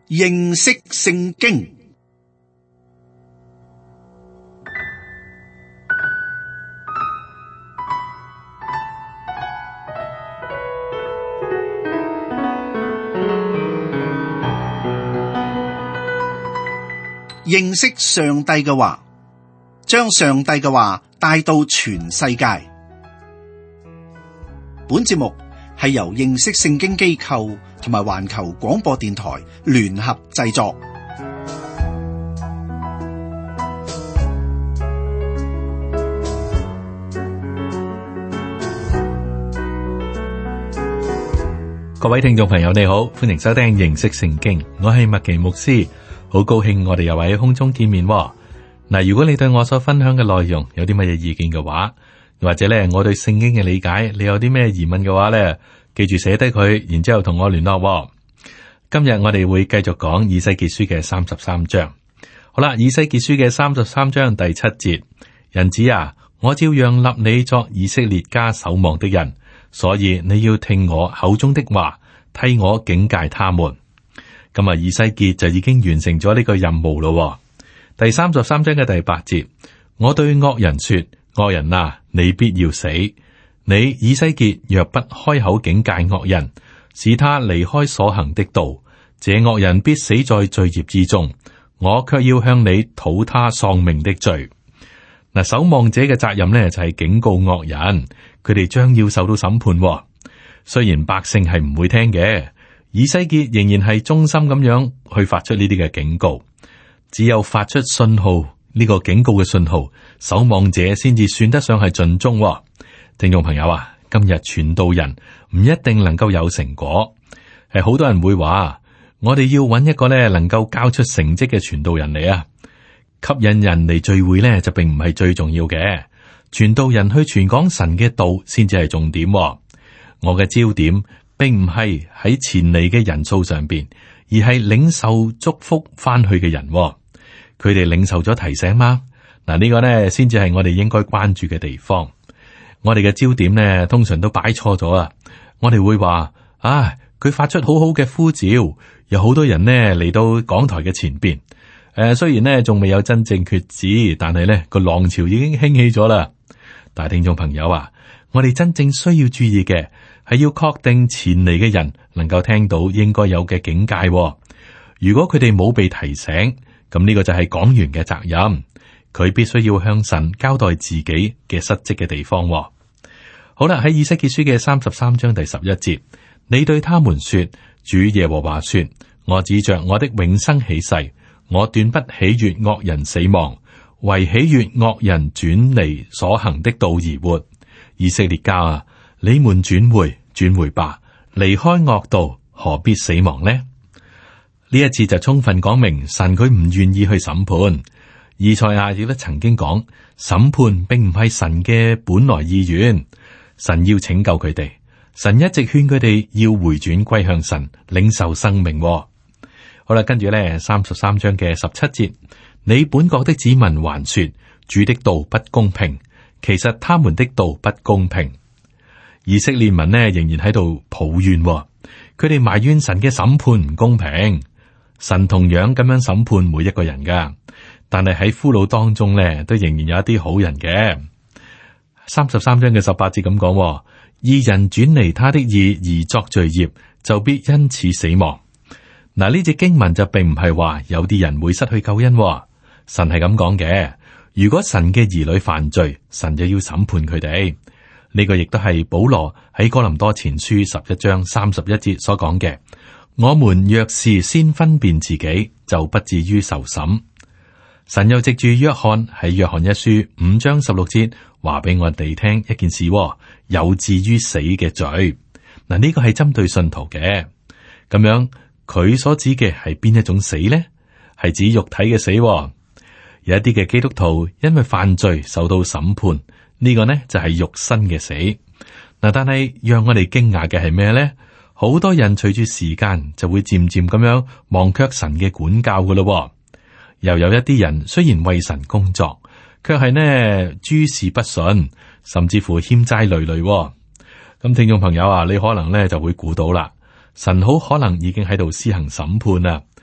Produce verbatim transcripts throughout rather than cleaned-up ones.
認識聖經。認識上帝嘅話，將上帝嘅話帶到全世界。本節目係由認識聖經機構同埋環球廣播電台聯合製作。 各位聽眾朋友，你好，歡迎收聽認識聖經，我係麥奇牧師。好高興我哋又喺空中見面喎。嗱，如果你對我所分享嘅內容有啲乜嘢意見嘅話，或者咧我對聖經嘅理解你有啲咩疑問嘅話咧，記住寫低佢，然之後同我聯絡喎。今日我哋會繼續講以西結書嘅三十三章。好啦，以西結書嘅三十三章第七節，人子啊，我照樣立你作以色列家守望的人，所以你要聽我口中的話，替我警戒他們。咁啊，以西結就已經完成咗呢個任務咯。第三十三章嘅第八節，我對惡人說：惡人啊，你必要死。你以西結若不開口警戒惡人，使他離開所行的道，這惡人必死在罪孽之中。我卻要向你討他喪命的罪。嗱，守望者嘅責任呢，就係警告惡人，佢哋將要受到審判。雖然百姓係唔會聽嘅。以西結仍然係忠心咁樣去發出呢啲嘅警告，只有發出信號，呢個警告嘅信號，守望者先至算得上係盡忠。聽眾朋友啊，今日傳道人唔一定能夠有成果，係好多人會話，我哋要揾一個咧能夠交出成績嘅傳道人嚟啊！吸引人嚟聚會咧就並唔係最重要嘅，傳道人去傳講神嘅道先至係重點。我嘅焦點並唔係喺前嚟嘅人數上邊，而係領受祝福翻去嘅人。佢哋領受咗提醒嗎？嗱，呢個呢先至係我哋應該關注嘅地方。我哋嘅焦點呢，通常都擺錯咗啊！我哋會話啊，佢發出好好嘅呼召，有好多人呢嚟到講台嘅前邊。誒、呃，雖然呢仲未有真正決志，但係呢個浪潮已經興起咗啦。但係聽眾朋友啊，我哋真正需要注意嘅，係要確定前嚟嘅人能夠聽到應該有嘅警戒。如果佢哋冇被提醒，咁呢個就係講員嘅責任，佢必須要向神交代自己嘅失職嘅地方。好啦，喺以西結書嘅三十三章第十一節，你對他們說：主耶和華說，我指着我的永生起誓，我斷不喜悅惡人死亡，惟喜悅惡人轉離所行的道而活。以色列家啊，你們轉回轉回吧，離開惡道，何必死亡呢？呢一次就充分講明神佢唔願意去審判。以賽亞亦都曾經講，審判並唔係神嘅本來意願，神要拯救佢哋，神一直勸佢哋要回轉歸向神，領受生命。好啦，跟住咧三十三章嘅十七節，你本國的子民還說，主的道不公平，其實他們的道不公平。以色列民呢仍然喺度抱怨，佢哋埋怨神嘅審判唔公平。神同樣咁樣審判每一個人噶，但係喺俘虜當中呢，都仍然有一啲好人嘅。三十三章嘅十八節咁講，義人轉離他的義而作罪孽，就必因此死亡。嗱，呢隻經文就並唔係話有啲人會失去救恩，神係咁講嘅。如果神嘅兒女犯罪，神就要審判佢哋。呢個亦都係保羅喺哥林多前書十一章三十一節所講嘅。我們若是先分辨自己，就不至於受審。神又藉住約翰喺約翰一書五章十六節話俾我哋聽一件事，有至於死嘅罪。嗱，呢個係針對信徒嘅。咁樣佢所指嘅係邊一種死呢？係指肉體嘅死。有一啲嘅基督徒因為犯罪受到審判，呢個呢就係肉身嘅死。嗱，但係讓我哋驚訝嘅係咩呢？好多人隨住時間就會漸漸咁樣忘卻神嘅管教噶咯。又有一啲人雖然為神工作，卻係呢諸事不順，甚至乎欠債累累。咁聽眾朋友啊，你可能呢就會估到啦，神好可能已經喺度施行審判啦。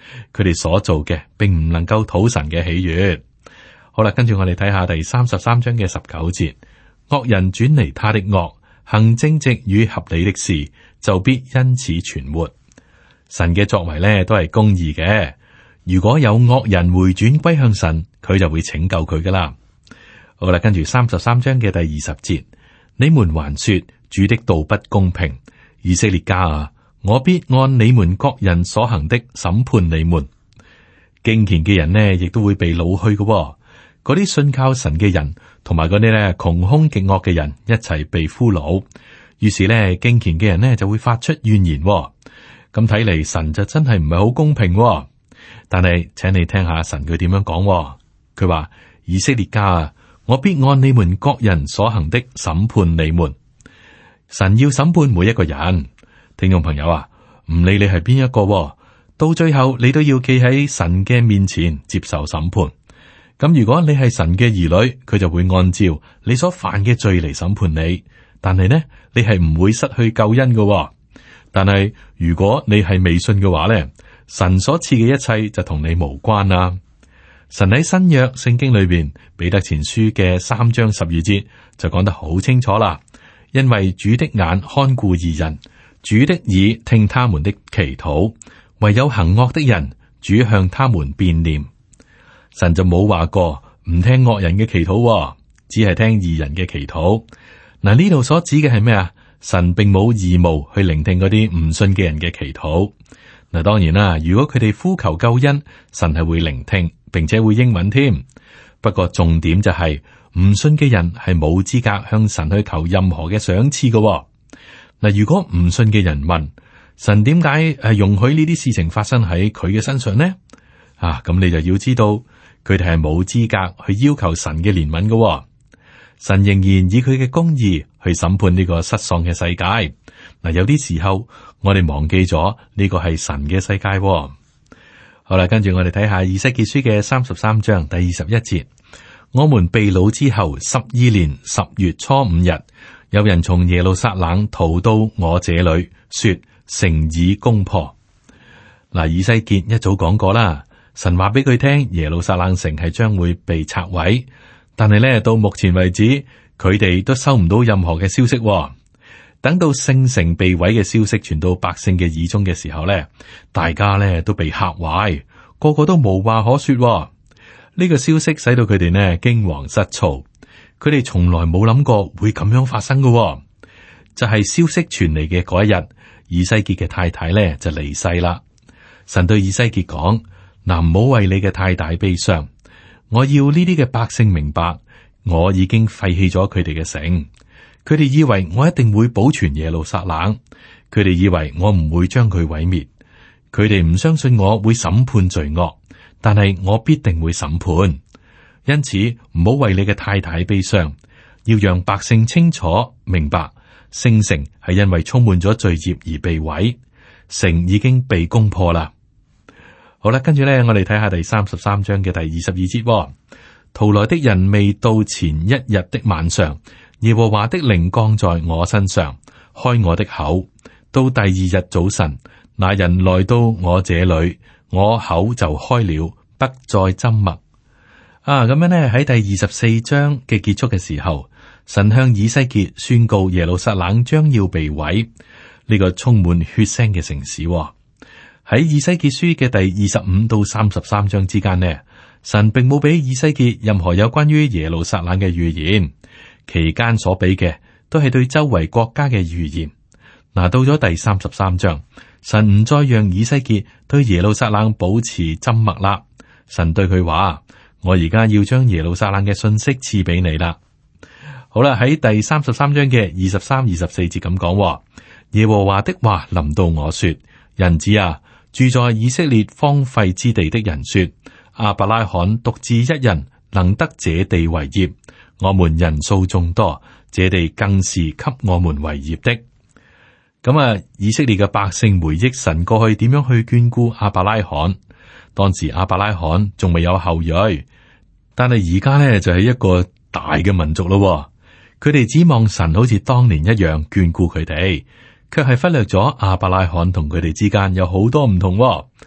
佢哋所做嘅並唔能夠討神嘅喜悅。好啦，跟住我哋睇下第三十三章嘅十九節，惡人轉離他的惡，行正直與合理的事，就必因此存活。神嘅作為咧都係公義嘅，如果有惡人回轉歸向神，佢就會拯救佢噶啦。好啦，跟住三十三章嘅第二十節，你們還說主的道不公平，以色列家啊，我必按你們各人所行的審判你們。敬虔嘅人呢，亦都會被擄去嘅、哦。嗰啲信靠神嘅人，同埋嗰啲咧窮兇極惡嘅人一齊被俘虜。於是咧，敬虔嘅人呢就會發出怨言、哦。咁睇嚟，神就真係唔係好公平、哦。但係，請你聽下神佢點樣講、哦。佢話：以色列家啊，我必按你們各人所行的審判你們。神要審判每一個人。聽眾朋友啊，唔理你係邊一個、哦，到最後你都要企喺神嘅面前接受審判。咁如果你係神嘅兒女，佢就會按照你所犯嘅罪嚟審判你。但係呢，你係唔會失去救恩嘅、哦。但係如果你係未信嘅話咧，神所賜嘅一切就同你無關啦。神喺新約聖經裏邊彼得前書嘅三章十二節就講得好清楚啦。因為主的眼看顧義人，主的耳聽他們的祈禱，唯有行惡的人，主向他們變臉。神就冇話過唔聽惡人嘅祈禱，只係聽義人嘅祈禱。嗱，呢度所指嘅係咩啊？神並冇義務去聆聽嗰啲唔信嘅人嘅祈禱。嗱，當然啦，如果佢哋呼求救恩，神係會聆聽，並且會應允添。不過重點就係、是、唔信嘅人係冇資格向神去求任何嘅賞賜嘅。嗱，如果唔信嘅人問神點解係容許呢啲事情發生喺佢嘅身上呢？啊，咁你就要知道佢哋係冇資格去要求神嘅憐憫嘅。神仍然以佢嘅公義去審判呢個失喪嘅世界。嗱，有啲時候我哋忘記咗呢個係神嘅世界。好啦，跟住我哋睇下以西結書嘅三十三章第二十一節。我們被擄之後十二年十月初五日，有人從耶路撒冷逃到我這裏，說城已攻破。嗱，以西結一早講過啦，神話俾佢聽耶路撒冷城係將會被拆毀。但係咧，到目前為止，佢哋都收唔到任何嘅消息。等到聖城被毀嘅消息傳到百姓嘅耳中嘅時候咧，大家咧都被嚇壞，個個都無話可說。呢個消息使到佢哋呢驚惶失措，佢哋從來冇諗過會咁樣發生嘅。就係消息傳嚟嘅嗰一日，以西結嘅太太咧就離世啦。神對以西結講：嗱，唔好為你嘅太太悲傷。我要呢啲嘅百姓明白，我已經廢棄咗佢哋嘅城。佢哋以為我一定會保存耶路撒冷，佢哋以為我唔會將佢毀滅。佢哋唔相信我會審判罪惡，但係我必定會審判。因此唔好為你嘅太太悲傷，要讓百姓清楚明白，聖城係因為充滿咗罪孽而被毀，城已經被攻破啦。好啦，跟住咧，我哋睇下第三十三章嘅第二十二節。逃來的人未到前一日的晚上，耶和華的靈降在我身上，開我的口。到第二日早晨，那人來到我這裏，我口就開了，不再緘默。啊，咁樣呢，喺第二十四章嘅結束嘅時候，神向以西結宣告耶路撒冷將要被毀，呢個充滿血腥嘅城市。喺以西結書嘅第二十五到三十三章之間呢，神並冇俾以西結任何有關於耶路撒冷嘅預言，期間所俾嘅都係對周圍國家嘅預言。嗱，到咗第三十三章，神唔再讓以西結對耶路撒冷保持緘默啦。神對佢話：我而家要將耶路撒冷嘅信息賜俾你啦。好啦，喺第三十三章嘅二十三、二十四節咁講，耶和華的話臨到我說：人子啊，住在以色列荒廢之地的人說，亞伯拉罕獨自一人能得這地為業，我們人數眾多，這地更是給我們為業的。咁啊，以色列嘅百姓回憶神過去點樣去眷顧亞伯拉罕。當時亞伯拉罕仲未有後裔，但係而家呢，就係一個大嘅民族咯。佢哋指望神好似當年一樣眷顧佢哋，卻係忽略咗亞伯拉罕同佢哋之間有好多唔同。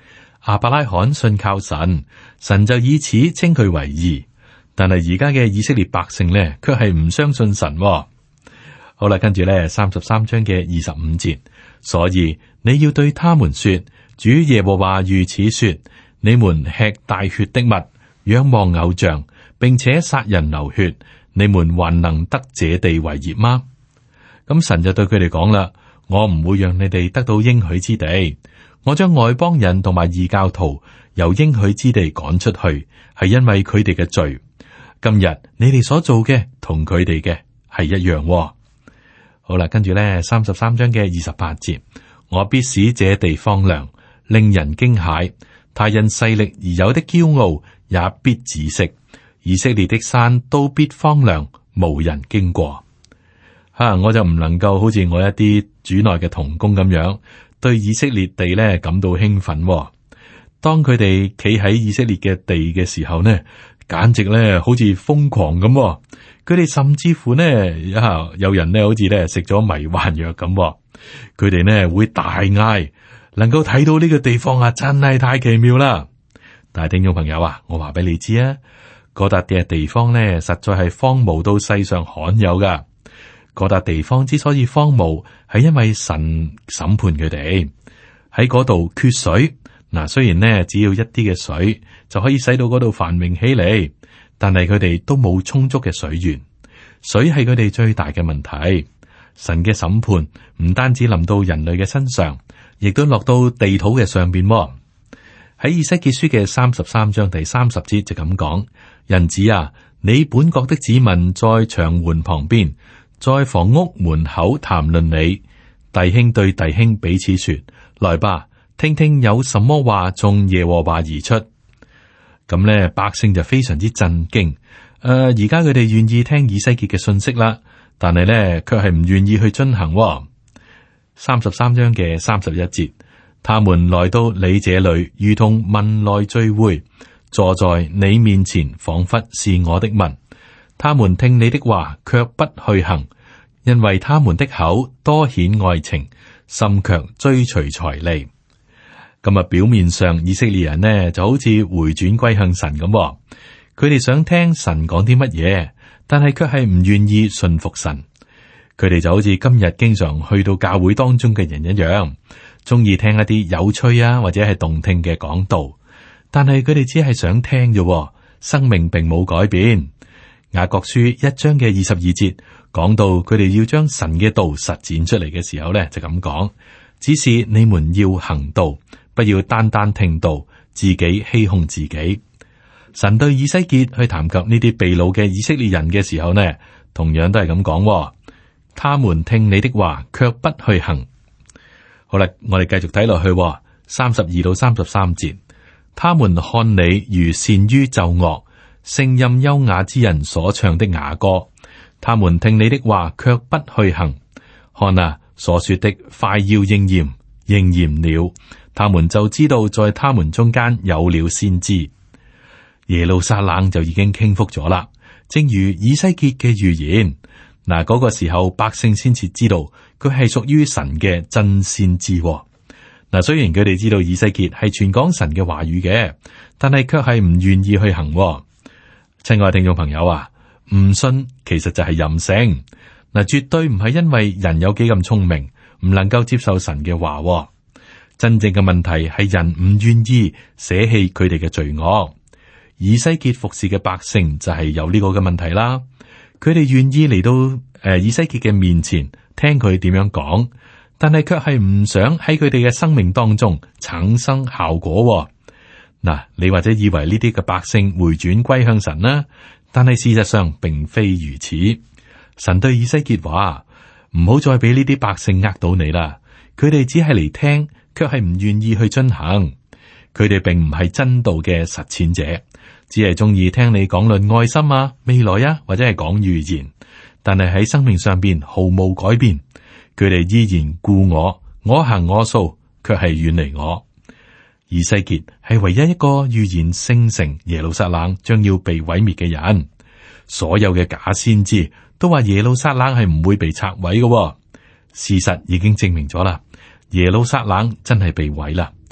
亞伯拉罕信靠神，神就以此稱佢為義。但係而家嘅以色列百姓呢，卻係唔相信神喎。好啦，跟住咧三十三章嘅二十五節，所以你要對他們說，主耶和華如此說：你們吃帶血的物，仰望偶像，並且殺人流血，你們還能得這地為業嗎？咁神就對佢哋講啦：我唔會讓你哋得到應許之地，我將外邦人同埋異教徒由應許之地趕出去，係因為佢哋嘅罪。今日你哋所做嘅同佢哋嘅係一樣喎。好啦，跟住咧三十三章嘅二十八節，我必使這地荒涼，令人驚駭，他因勢力而有的驕傲也必止息，以色列的山都必荒涼，無人經過。吓、啊，我就唔能夠好似我一啲主內嘅同工咁樣，對以色列地咧感到興奮喎。當佢哋企喺以色列嘅地嘅時候呢，簡直咧好似瘋狂咁喎。佢哋甚至乎呢，啊，有人呢好似咧食咗迷幻藥咁喎。佢哋呢會大嗌，能夠睇到呢個地方啊，真係太奇妙啦！但係聽眾朋友啊，我話俾你知啊，嗰笪嘅地方呢，實在係荒蕪到世上罕有噶。嗰笪地方之所以荒蕪，係因為神審判佢哋喺嗰度缺水。嗱，雖然呢只要一啲嘅水就可以使到嗰度繁榮起嚟，但係佢哋都冇充足嘅水源。水係佢哋最大嘅問題。神嘅審判唔單止臨到人類嘅身上，亦都落到地土嘅上邊。喺以西結書嘅三十三章第三十節就咁講：人子啊，你本國的子民在牆垣旁邊，在房屋門口談論你。弟兄對弟兄彼此說：來吧，聽聽有什麼話從耶和華而出。咁呢，百姓就非常之震驚。誒、呃，而家佢哋願意聽以西結嘅信息啦，但係呢，卻係唔願意去遵行。三十三章嘅三十一節，他們來到你這裏，如同民來聚會，坐在你面前，仿佛是我的民。他們聽你的話，卻不去行，因為他們的口多顯愛情，心卻追隨財利。咁啊，表面上以色列人呢就好似回轉歸向神咁，佢哋想聽神講啲乜嘢，但係卻係唔願意信服神。佢哋就好似今日經常去到教會當中嘅人一樣，中意聽一啲有趣啊或者係動聽嘅講道，但係佢哋只係想聽啫，生命並冇改變。雅各書一章嘅二十二節講到，佢哋要將神嘅道實踐出嚟嘅時候咧，就咁講：只是你們要行道，不要單單聽道，自己欺哄自己。神對以西結去談及呢啲被擄嘅以色列人嘅時候呢，同樣都係咁講。他們聽你的話，卻不去行。好啦，我哋繼續睇落去，三十二到三十三節，他們看你如善於奏樂，聲音優雅之人所唱的雅歌。他們聽你的話，卻不去行。看啊，所說的快要應驗，應驗了，他們就知道在他們中間有了先知。耶路撒冷就已經傾覆咗啦，正如以西結嘅預言。嗱，嗰個時候百姓先至知道佢係屬於神嘅真先知。嗱，雖然佢哋知道以西結係傳講神嘅話語嘅，但係卻係唔願意去行。親愛聽眾朋友啊，唔信其實就係任性。嗱，絕對唔係因為人有幾咁聰明，唔能夠接受神嘅話。真正嘅問題係人唔願意捨棄佢哋嘅罪惡。以西結服侍嘅百姓就係有呢個嘅問題啦。佢哋願意嚟到誒、呃、以西結嘅面前聽佢點樣講，但係卻係唔想喺佢哋嘅生命當中產生效果。嗱，你或者以為呢啲嘅百姓回轉歸向神啦，但係事實上並非如此。神對以西結話：唔好再俾呢啲百姓呃到你啦。佢哋只係嚟聽，卻係唔願意去遵行。佢哋並唔係真道嘅實踐者。只係中意聽你講論愛心啊、未來啊，或者係講預言，但係喺生命上邊毫無改變。佢哋依然故我，我行我素，卻係遠離我。以西結係唯一一個預言聖城耶路撒冷將要被毀滅嘅人。所有嘅假先知都話耶路撒冷係唔會被拆毀嘅。事實已經證明咗啦，耶路撒冷真係被毀啦。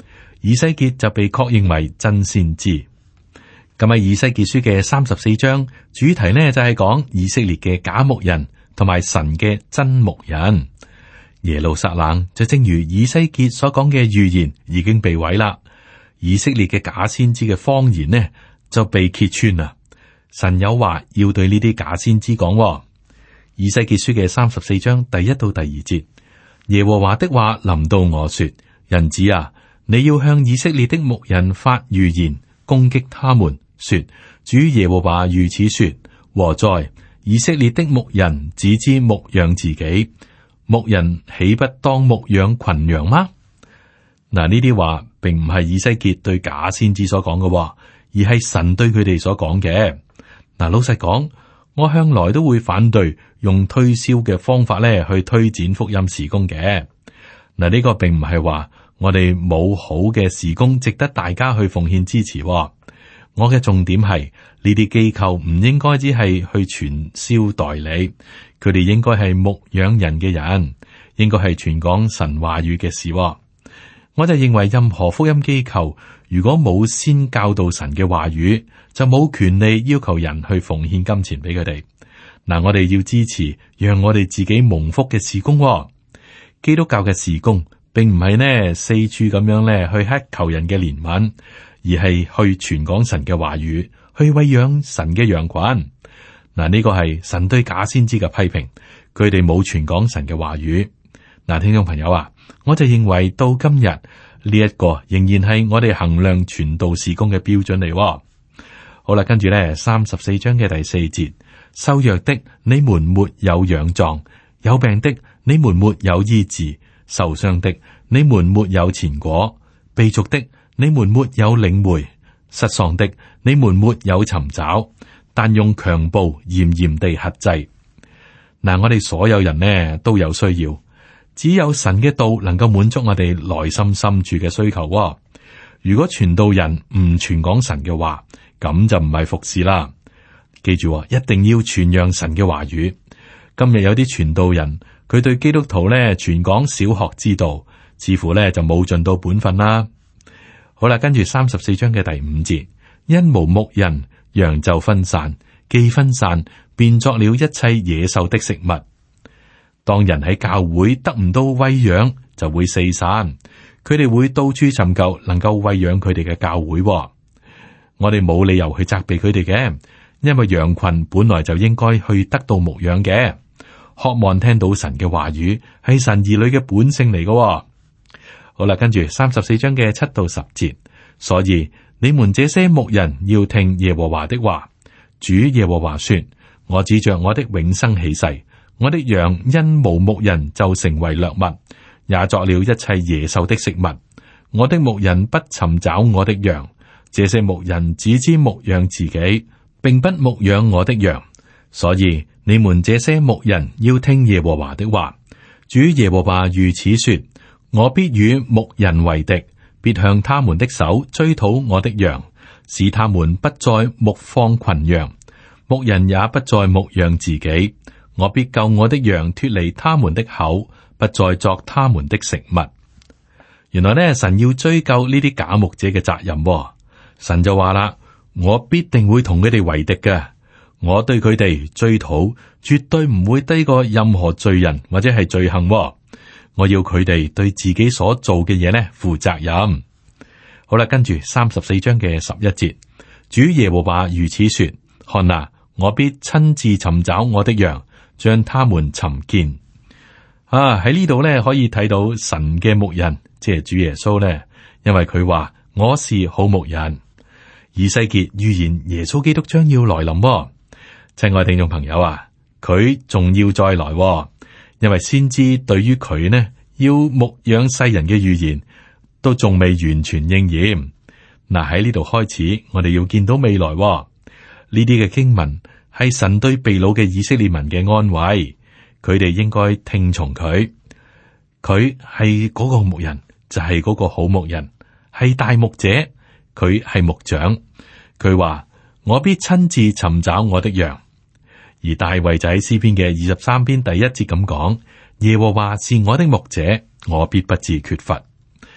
以西結就被確認為真先知。咁喺以西結書嘅三十四章，主題呢就係講以色列嘅假牧人同埋神嘅真牧人。耶路撒冷就正如以西結所講嘅預言已經被毀啦，以色列嘅假先知嘅謊言呢就被揭穿啦。神有話要對呢啲假先知講。以西結書嘅三十四章第一到第二節，耶和華的話臨到我說：人子啊，你要向以色列的牧人發預言，攻擊他們，說：主耶和華如此說：禍哉！以色列的牧人只知牧養自己，牧人豈不當牧養群羊嗎？嗱，呢啲話並唔係以西結對假先知所講嘅，而係神對佢哋所講嘅。嗱，老實講，我向來都會反對用推銷嘅方法咧去推展福音事工嘅。嗱，呢個並唔係話我哋冇好嘅事工值得大家去奉獻支持。我嘅重點係呢啲機構唔應該只係去傳銷代理，佢哋應該係牧養人嘅人，應該係傳講神話語嘅事。我就認為任何福音機構如果冇先教導神嘅話語，就冇權利要求人去奉獻金錢俾佢哋。嗱，我哋要支持讓我哋自己蒙福嘅事工。基督教嘅事工並唔係呢四處咁樣咧去乞求人嘅憐憫，而係去傳講神嘅話語，去餵養神嘅羊群。嗱，呢個係神對假先知嘅批評，佢哋冇傳講神嘅話語。嗱，聽眾朋友啊，我就認為到今日呢一個仍然係我哋衡量傳道事工嘅標準嚟。好啦，跟住咧三十四章嘅第四節，瘦弱的你們沒有養壯，有病的你們沒有醫治，受傷的你們沒有前果，被逐的你們沒有領回，失喪的你們沒有尋找，但用強暴嚴嚴地轄制。嗱，我哋所有人呢都有需要，只有神嘅道能夠滿足我哋內心深處嘅需求。如果傳道人唔傳講神嘅話，咁就唔係服侍啦。記住，一定要傳揚神嘅話語。今日有啲傳道人，佢對基督徒咧傳講小學之道，似乎咧就冇盡到本分啦。好啦，跟住三十四章嘅第五節，因無牧人，羊就分散，既分散，便作了一切野獸的食物。當人喺教會得唔到餵養，就會四散，佢哋會到處尋求能夠餵養佢哋嘅教會。我哋冇理由去責備佢哋嘅，因為羊群本來就應該去得到牧養嘅，渴望聽到神嘅話語係神兒女嘅本性嚟嘅。好啦，跟住三十四章嘅七到十節，所以你們這些牧人要聽耶和華的話，主耶和華說：我指着我的永生起誓，我的羊因無牧人就成為掠物，也作了一切野獸的食物。我的牧人不尋找我的羊。這些牧人只知牧養自己，並不牧養我的羊，所以你們這些牧人要聽耶和華的話。主耶和華如此說：我必與牧人為敵，必向他們的手追討我的羊，使他們不再牧放群羊，牧人也不再牧養自己。我必救我的羊脫離他們的口，不再作他們的食物。原來呢，神要追究呢啲假牧者嘅責任。神就話啦，我必定會同佢哋為敵嘅，我對佢哋追討絕對唔會低過任何罪人或者係罪行。我要佢哋對自己所做嘅嘢呢負責任。好啦，跟住三十四章嘅十一節，主耶和華如此說：看哪，我必親自尋找我的羊，將他們尋見。啊，喺呢度呢可以睇到神嘅牧人，即係主耶穌呢，因為佢話我是好牧人。以西結預言耶穌基督將要來臨。親愛聽眾朋友啊，佢仲要再來，因為先知對於佢呢要牧養世人嘅預言都仲未完全應驗。嗱，喺呢度開始，我哋要見到未來。呢啲嘅經文係神對被擄嘅以色列民嘅安慰，佢哋應該聽從佢。佢係嗰個牧人，就係嗰個好牧人，係大牧者。佢係牧長，佢話我必親自尋找我的羊。而大衛就喺詩篇嘅二十三篇第一節咁講：耶和華是我的牧者，我必不致缺乏。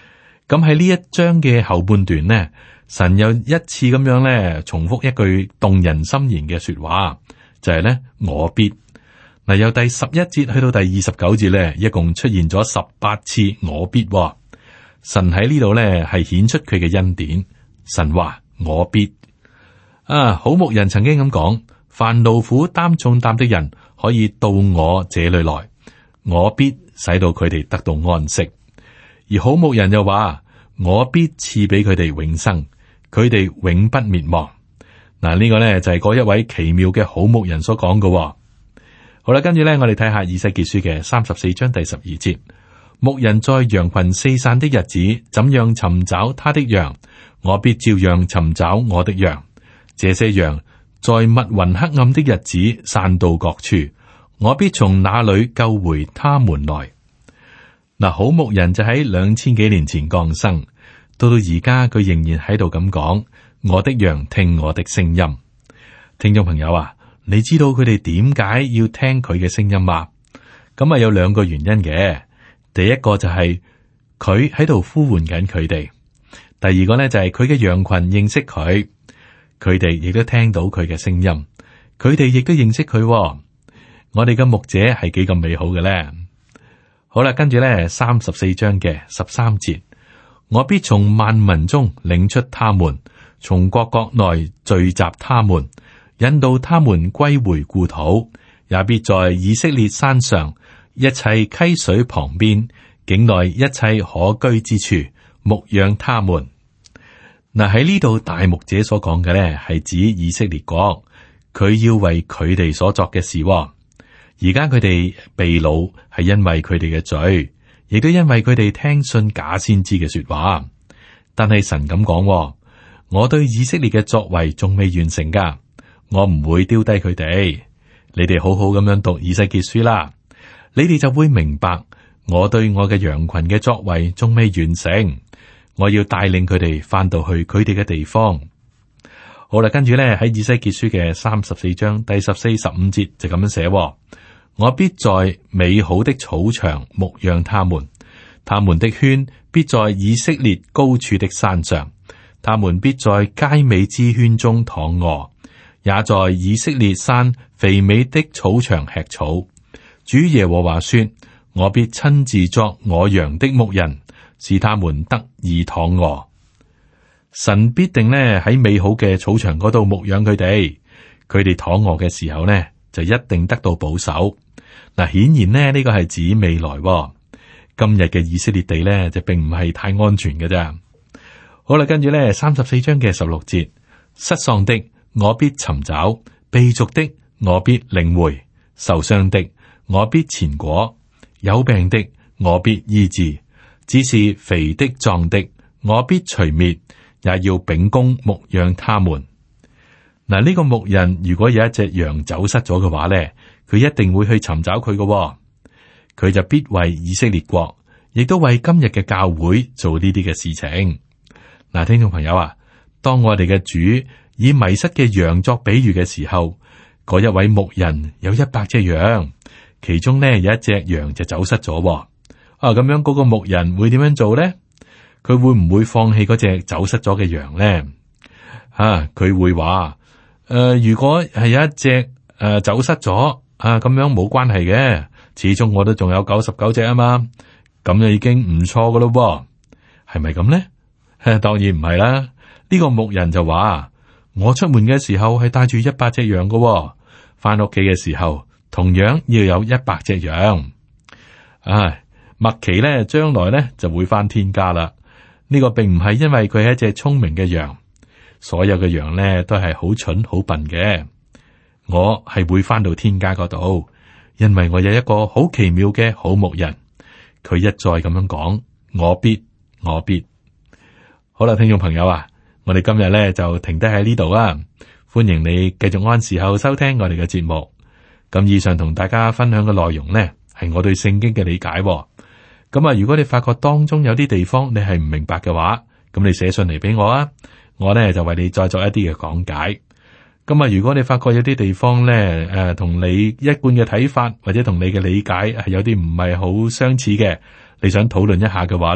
咁喺呢一章嘅後半段呢，神又一次咁樣咧重複一句動人心弦嘅說話，就係咧我必。嗱，由第十一節去到第二十九節咧，一共出現咗十八次我必。神喺呢度咧係顯出佢嘅恩典。神話我必啊，好牧人曾經咁講：凡勞苦擔重擔的人可以到我這裏來，我必使到佢哋得到安息。而好牧人又話：我必賜俾佢哋永生，佢哋永不滅亡。嗱，呢個呢就係嗰一位奇妙嘅好牧人所講嘅。好啦，跟住呢，我哋睇下以西結書嘅三十四章第十二節：牧人在羊群四散的日子，怎樣尋找他的羊，我必照樣尋找我的羊。這些羊在密雲黑暗的日子散到各處，我必從那裏救回他們來。嗱，好牧人就喺兩千幾年前降生，到到而家佢仍然喺度咁講：我的羊聽我的聲音。聽眾朋友啊，你知道佢哋點解要聽佢嘅聲音嗎？咁啊有兩個原因嘅。第一個就係佢喺度呼喚緊佢哋，第二個呢，就係佢嘅羊群認識佢，佢哋亦都聽到佢嘅聲音，佢哋亦都認識佢。我哋嘅牧者係幾咁美好嘅咧？好啦，跟住咧三十四章嘅十三節，我必從萬民中領出他們，從各國內聚集他們，引導他們歸回故土，也必在以色列山上一切溪水旁邊境內一切可居之處牧養他們。嗱，喺呢度大牧者所講嘅咧係指以色列國，佢要為佢哋所作嘅事。而家佢哋被擄係因為佢哋嘅罪，亦都因為佢哋聽信假先知嘅說話。但係神咁講，我對以色列嘅作為仲未完成噶，我唔會丟低佢哋。你哋好好咁樣讀以西結書啦，你哋就會明白我對我嘅羊群嘅作為仲未完成。我要帶領佢哋翻到去佢哋嘅地方。好啦，跟住咧喺以西結書嘅三十四章第十四、十五節就咁樣寫。我必在美好的草場牧養他們，他們的圈必在以色列高處的山上，他們必在佳美之圈中躺臥，也在以色列山肥美的草場吃草。主耶和華說：我必親自作我羊的牧人，使他們得以躺臥。神必定呢喺美好嘅草場嗰度牧養佢哋，佢哋躺臥嘅時候呢就一定得到保守。嗱，顯然呢呢個係指未來。今日嘅以色列地呢就並唔係太安全嘅啫。好啦，跟住呢三十四章嘅十六節，失喪的我必尋找，被逐的我必領回，受傷的我必前果，有病的我必醫治，只是肥的壯的我必除滅，也要秉公牧養他們。嗱，呢個牧人如果有一隻羊走失咗嘅話咧，佢一定會去尋找佢嘅，佢就必為以色列國，亦都為今日嘅教會做呢啲嘅事情。嗱，聽眾朋友啊，當我哋嘅主以迷失嘅羊作比喻嘅時候，嗰一位牧人有一百隻羊，其中呢有一隻羊就走失咗。啊，咁樣嗰個牧人會點樣做咧？佢會唔會放棄嗰隻走失咗嘅羊咧？啊，佢會話。誒、呃，如果係有一隻誒、呃、走失咗啊，咁樣冇關係嘅，始終我都仲有九十九隻啊嘛，咁就已經唔錯噶咯，係咪咁咧？當然唔係啦，呢、這個牧人就話：我出門嘅時候係帶住一百隻羊噶，翻屋企嘅時候同樣要有一百隻羊。唉，麥奇咧將來咧就會翻天家啦。呢、這個並唔係因為佢係一隻聰明嘅羊。所有嘅羊咧都係好蠢好笨嘅，我係會翻到天家嗰度，因為我有一個好奇妙嘅好牧人，佢一再咁樣講，我必我必。好啦，聽眾朋友啊，我哋今日咧就停低喺呢度啊，歡迎你繼續按時候收聽我哋嘅節目。咁以上同大家分享嘅內容呢，係我對聖經嘅理解。咁啊，如果你發覺當中有啲地方你係唔明白嘅話，咁你寫信嚟俾我啊。我咧就為你再作一啲嘅講解。咁啊，如果你發覺有啲地方咧，誒、呃，同你一貫嘅睇法或者同你嘅理解係有啲唔係好相似嘅，你想討論一下嘅話咧，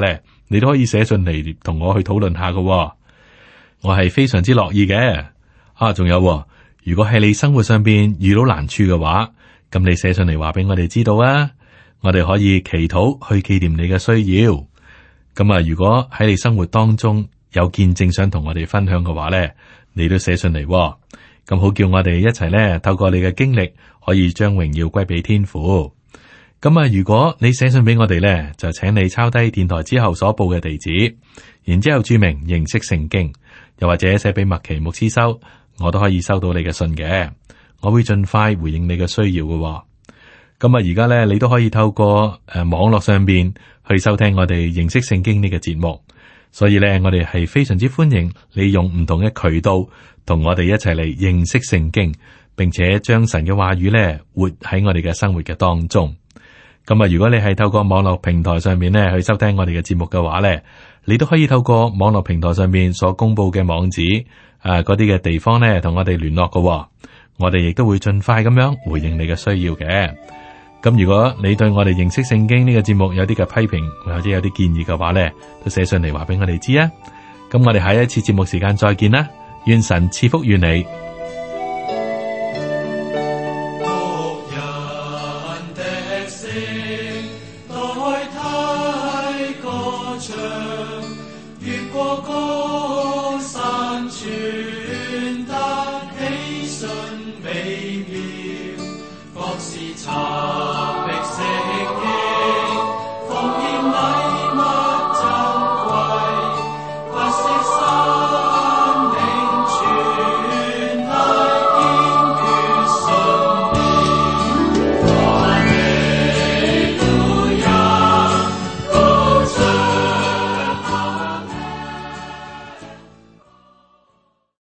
你都可以寫信嚟同我去討論下㗎喎。我係非常之樂意嘅。啊，仲有喎，如果喺你生活上邊遇到難處嘅話，咁你寫信嚟話俾我哋知道啊，我哋可以祈禱去紀念你嘅需要。咁啊，如果喺你生活當中有見證想同我哋分享嘅話咧，你都寫信嚟喎，咁好叫我哋一齊咧透過你嘅經歷，可以將榮耀歸俾天父。咁啊，如果你寫信俾我哋咧，就請你抄低電台之後所報嘅地址，然之後注明認識聖經，又或者寫俾麥奇牧師收，我都可以收到你嘅信嘅。我會盡快回應你嘅需要嘅喎。咁啊，而家咧你都可以透過誒、呃、網絡上邊去收聽我哋認識聖經呢個節目，所以咧我哋係非常之歡迎你用唔同嘅渠道同我哋一齊嚟認識聖經，並且將神嘅話語咧活喺我哋嘅生活嘅當中。咁啊，如果你係透過網絡平台上面咧去收聽我哋嘅節目嘅話咧，你都可以透過網絡平台上面所公布嘅網址誒嗰啲嘅地方咧同我哋聯絡嘅喎。我哋亦都會盡快咁樣回應你嘅需要嘅。咁如果你對我哋認識聖經呢個節目有啲嘅批評或者有啲建議嘅話咧，都寫上嚟話俾我哋知啊。咁我哋下一次節目時間再見啦，願神賜福於你。 茶